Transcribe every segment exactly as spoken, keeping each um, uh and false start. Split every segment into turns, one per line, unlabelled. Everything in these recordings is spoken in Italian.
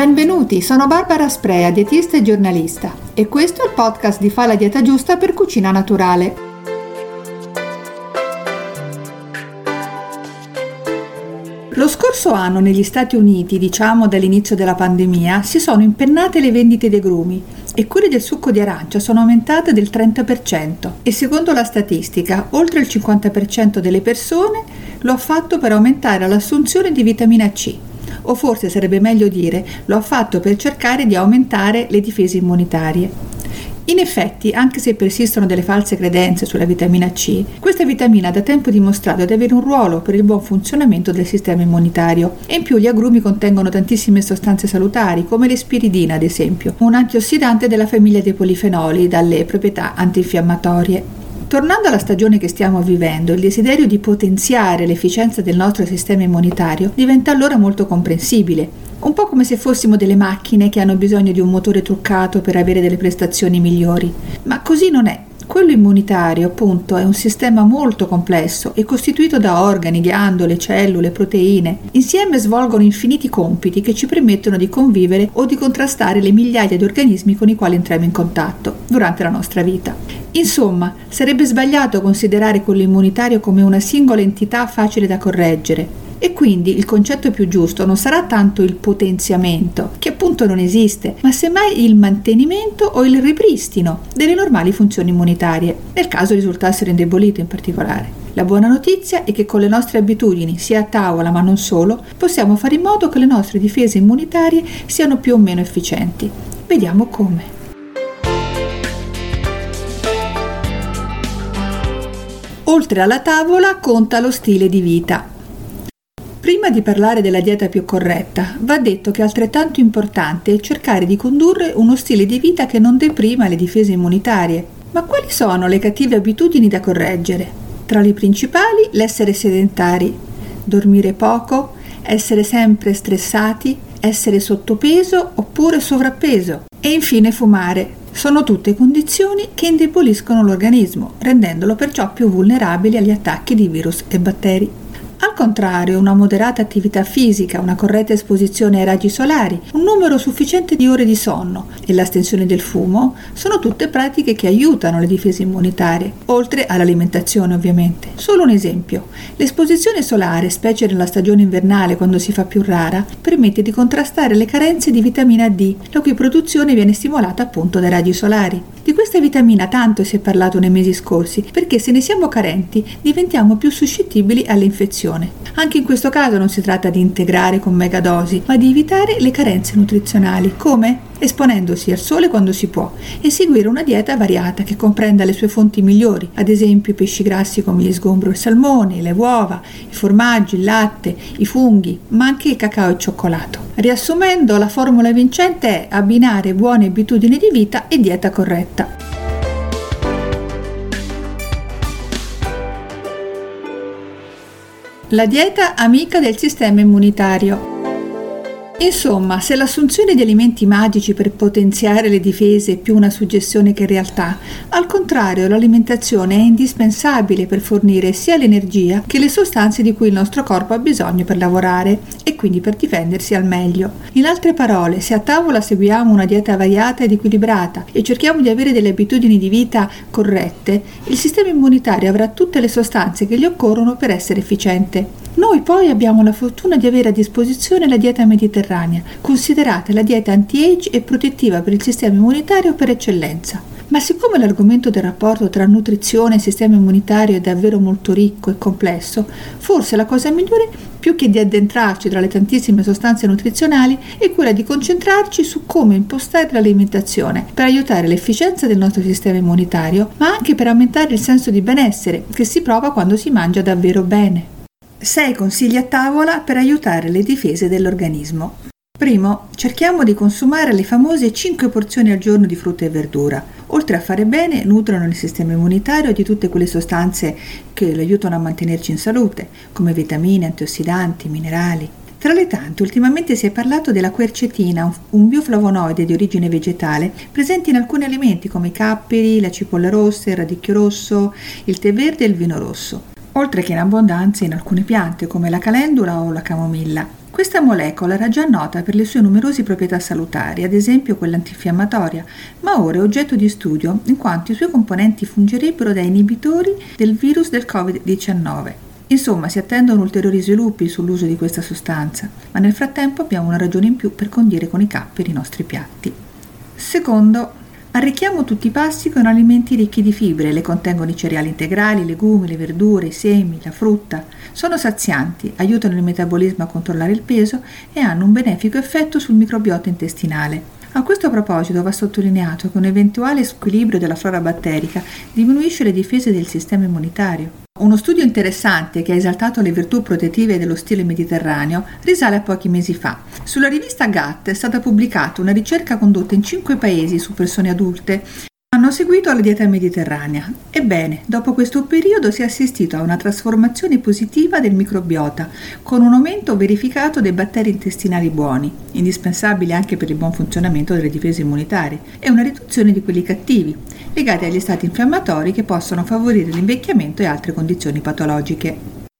Benvenuti, sono Barbara Sprea, dietista e giornalista, e questo è il podcast di Fa la dieta giusta per cucina naturale. Lo scorso anno negli Stati Uniti, diciamo dall'inizio della pandemia, si sono impennate le vendite di agrumi e quelle del succo di arancia sono aumentate del trenta per cento e secondo la statistica oltre il cinquanta per cento delle persone lo ha fatto per aumentare l'assunzione di vitamina C. O forse sarebbe meglio dire lo ha fatto per cercare di aumentare le difese immunitarie. In effetti, anche se persistono delle false credenze sulla vitamina C, questa vitamina ha da tempo dimostrato di avere un ruolo per il buon funzionamento del sistema immunitario e in più gli agrumi contengono tantissime sostanze salutari come l'ispiridina, ad esempio, un antiossidante della famiglia dei polifenoli dalle proprietà antinfiammatorie. Tornando alla stagione che stiamo vivendo, il desiderio di potenziare l'efficienza del nostro sistema immunitario diventa allora molto comprensibile, un po' come se fossimo delle macchine che hanno bisogno di un motore truccato per avere delle prestazioni migliori. Ma così non è. Quello immunitario, appunto, è un sistema molto complesso e costituito da organi, ghiandole, cellule, proteine. Insieme svolgono infiniti compiti che ci permettono di convivere o di contrastare le migliaia di organismi con i quali entriamo in contatto durante la nostra vita. Insomma, sarebbe sbagliato considerare quello immunitario come una singola entità facile da correggere. E quindi il concetto più giusto non sarà tanto il potenziamento, che appunto non esiste, ma semmai il mantenimento o il ripristino delle normali funzioni immunitarie, nel caso risultassero indebolite in particolare. La buona notizia è che con le nostre abitudini, sia a tavola ma non solo, possiamo fare in modo che le nostre difese immunitarie siano più o meno efficienti. Vediamo come. Oltre alla tavola conta lo stile di vita. Prima di parlare della dieta più corretta, va detto che altrettanto importante è cercare di condurre uno stile di vita che non deprima le difese immunitarie. Ma quali sono le cattive abitudini da correggere? Tra le principali, l'essere sedentari, dormire poco, essere sempre stressati, essere sottopeso oppure sovrappeso e infine fumare. Sono tutte condizioni che indeboliscono l'organismo, rendendolo perciò più vulnerabile agli attacchi di virus e batteri. Al contrario, una moderata attività fisica, una corretta esposizione ai raggi solari, un numero sufficiente di ore di sonno e l'astensione del fumo sono tutte pratiche che aiutano le difese immunitarie, oltre all'alimentazione ovviamente. Solo un esempio: l'esposizione solare, specie nella stagione invernale quando si fa più rara, permette di contrastare le carenze di vitamina D, la cui produzione viene stimolata appunto dai raggi solari. Di questa vitamina tanto si è parlato nei mesi scorsi, perché se ne siamo carenti diventiamo più suscettibili alle infezioni. Anche in questo caso non si tratta di integrare con megadosi, ma di evitare le carenze nutrizionali. Come? Esponendosi al sole quando si può e seguire una dieta variata che comprenda le sue fonti migliori, ad esempio i pesci grassi come gli sgombro e il salmone, le uova, i formaggi, il latte, i funghi, ma anche il cacao e il cioccolato. Riassumendo, la formula vincente è abbinare buone abitudini di vita e dieta corretta. La dieta amica del sistema immunitario. Insomma, se l'assunzione di alimenti magici per potenziare le difese è più una suggestione che realtà, al contrario l'alimentazione è indispensabile per fornire sia l'energia che le sostanze di cui il nostro corpo ha bisogno per lavorare e quindi per difendersi al meglio. In altre parole, se a tavola seguiamo una dieta variata ed equilibrata e cerchiamo di avere delle abitudini di vita corrette, il sistema immunitario avrà tutte le sostanze che gli occorrono per essere efficiente. Noi poi abbiamo la fortuna di avere a disposizione la dieta mediterranea, considerata la dieta anti-age e protettiva per il sistema immunitario per eccellenza. Ma siccome l'argomento del rapporto tra nutrizione e sistema immunitario è davvero molto ricco e complesso, forse la cosa migliore, più che di addentrarci tra le tantissime sostanze nutrizionali, è quella di concentrarci su come impostare l'alimentazione per aiutare l'efficienza del nostro sistema immunitario, ma anche per aumentare il senso di benessere che si prova quando si mangia davvero bene. sei consigli a tavola per aiutare le difese dell'organismo. Primo, cerchiamo di consumare le famose cinque porzioni al giorno di frutta e verdura. Oltre a fare bene, nutrono il sistema immunitario di tutte quelle sostanze che lo aiutano a mantenerci in salute, come vitamine, antiossidanti, minerali. Tra le tante, ultimamente si è parlato della quercetina, un bioflavonoide di origine vegetale, presente in alcuni alimenti come i capperi, la cipolla rossa, il radicchio rosso, il tè verde e il vino rosso, oltre che in abbondanza in alcune piante come la calendula o la camomilla. Questa molecola era già nota per le sue numerose proprietà salutari, ad esempio quella antinfiammatoria, ma ora è oggetto di studio in quanto i suoi componenti fungerebbero da inibitori del virus del covid diciannove. Insomma, si attendono ulteriori sviluppi sull'uso di questa sostanza, ma nel frattempo abbiamo una ragione in più per condire con i capperi i nostri piatti. Secondo, arricchiamo tutti i pasti con alimenti ricchi di fibre, le contengono i cereali integrali, i legumi, le verdure, i semi, la frutta. Sono sazianti, aiutano il metabolismo a controllare il peso e hanno un benefico effetto sul microbiota intestinale. A questo proposito va sottolineato che un eventuale squilibrio della flora batterica diminuisce le difese del sistema immunitario. Uno studio interessante che ha esaltato le virtù protettive dello stile mediterraneo risale a pochi mesi fa. Sulla rivista Gut è stata pubblicata una ricerca condotta in cinque paesi su persone adulte che hanno seguito la dieta mediterranea. Ebbene, dopo questo periodo si è assistito a una trasformazione positiva del microbiota, con un aumento verificato dei batteri intestinali buoni, indispensabili anche per il buon funzionamento delle difese immunitarie, e una riduzione di quelli cattivi, legati agli stati infiammatori che possono favorire l'invecchiamento e altre condizioni patologiche.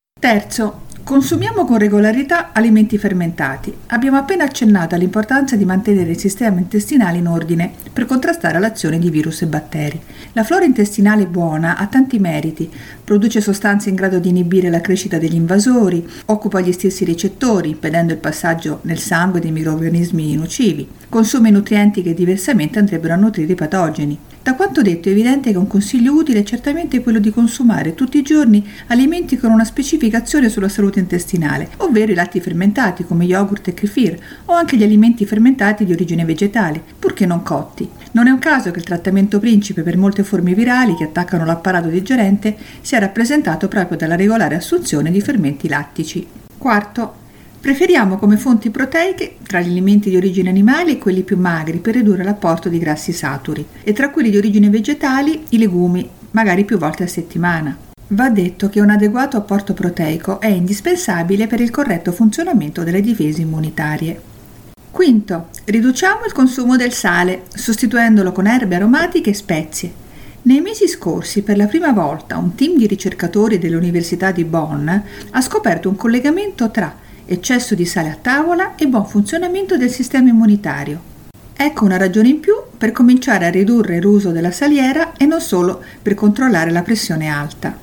Terzo, consumiamo con regolarità alimenti fermentati. Abbiamo appena accennato all'importanza di mantenere il sistema intestinale in ordine per contrastare l'azione di virus e batteri. La flora intestinale buona ha tanti meriti, produce sostanze in grado di inibire la crescita degli invasori, occupa gli stessi recettori, impedendo il passaggio nel sangue dei microrganismi nocivi, consuma i nutrienti che diversamente andrebbero a nutrire i patogeni. Da quanto detto è evidente che un consiglio utile è certamente quello di consumare tutti i giorni alimenti con una specificazione sulla salute intestinale, ovvero i latti fermentati come yogurt e kefir, o anche gli alimenti fermentati di origine vegetale, purché non cotti. Non è un caso che il trattamento principe per molte forme virali che attaccano l'apparato digerente sia rappresentato proprio dalla regolare assunzione di fermenti lattici. Quarto, preferiamo come fonti proteiche tra gli alimenti di origine animale quelli più magri per ridurre l'apporto di grassi saturi e tra quelli di origine vegetali i legumi, magari più volte a settimana. Va detto che un adeguato apporto proteico è indispensabile per il corretto funzionamento delle difese immunitarie. Quinto, riduciamo il consumo del sale, sostituendolo con erbe aromatiche e spezie. Nei mesi scorsi, per la prima volta, un team di ricercatori dell'Università di Bonn ha scoperto un collegamento tra eccesso di sale a tavola e buon funzionamento del sistema immunitario. Ecco una ragione in più per cominciare a ridurre l'uso della saliera e non solo per controllare la pressione alta.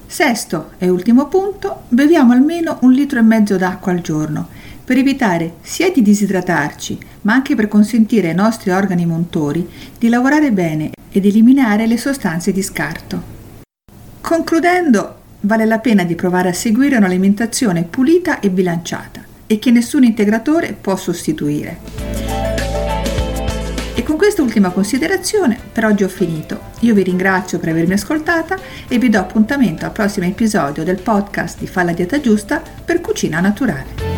Sesto e ultimo punto, beviamo almeno un litro e mezzo d'acqua al giorno per evitare sia di disidratarci, ma anche per consentire ai nostri organi montori di lavorare bene ed eliminare le sostanze di scarto. Concludendo, vale la pena di provare a seguire un'alimentazione pulita e bilanciata e che nessun integratore può sostituire. E con questa ultima considerazione per oggi ho finito. Io vi ringrazio per avermi ascoltata e vi do appuntamento al prossimo episodio del podcast di Fa la dieta giusta per cucina naturale.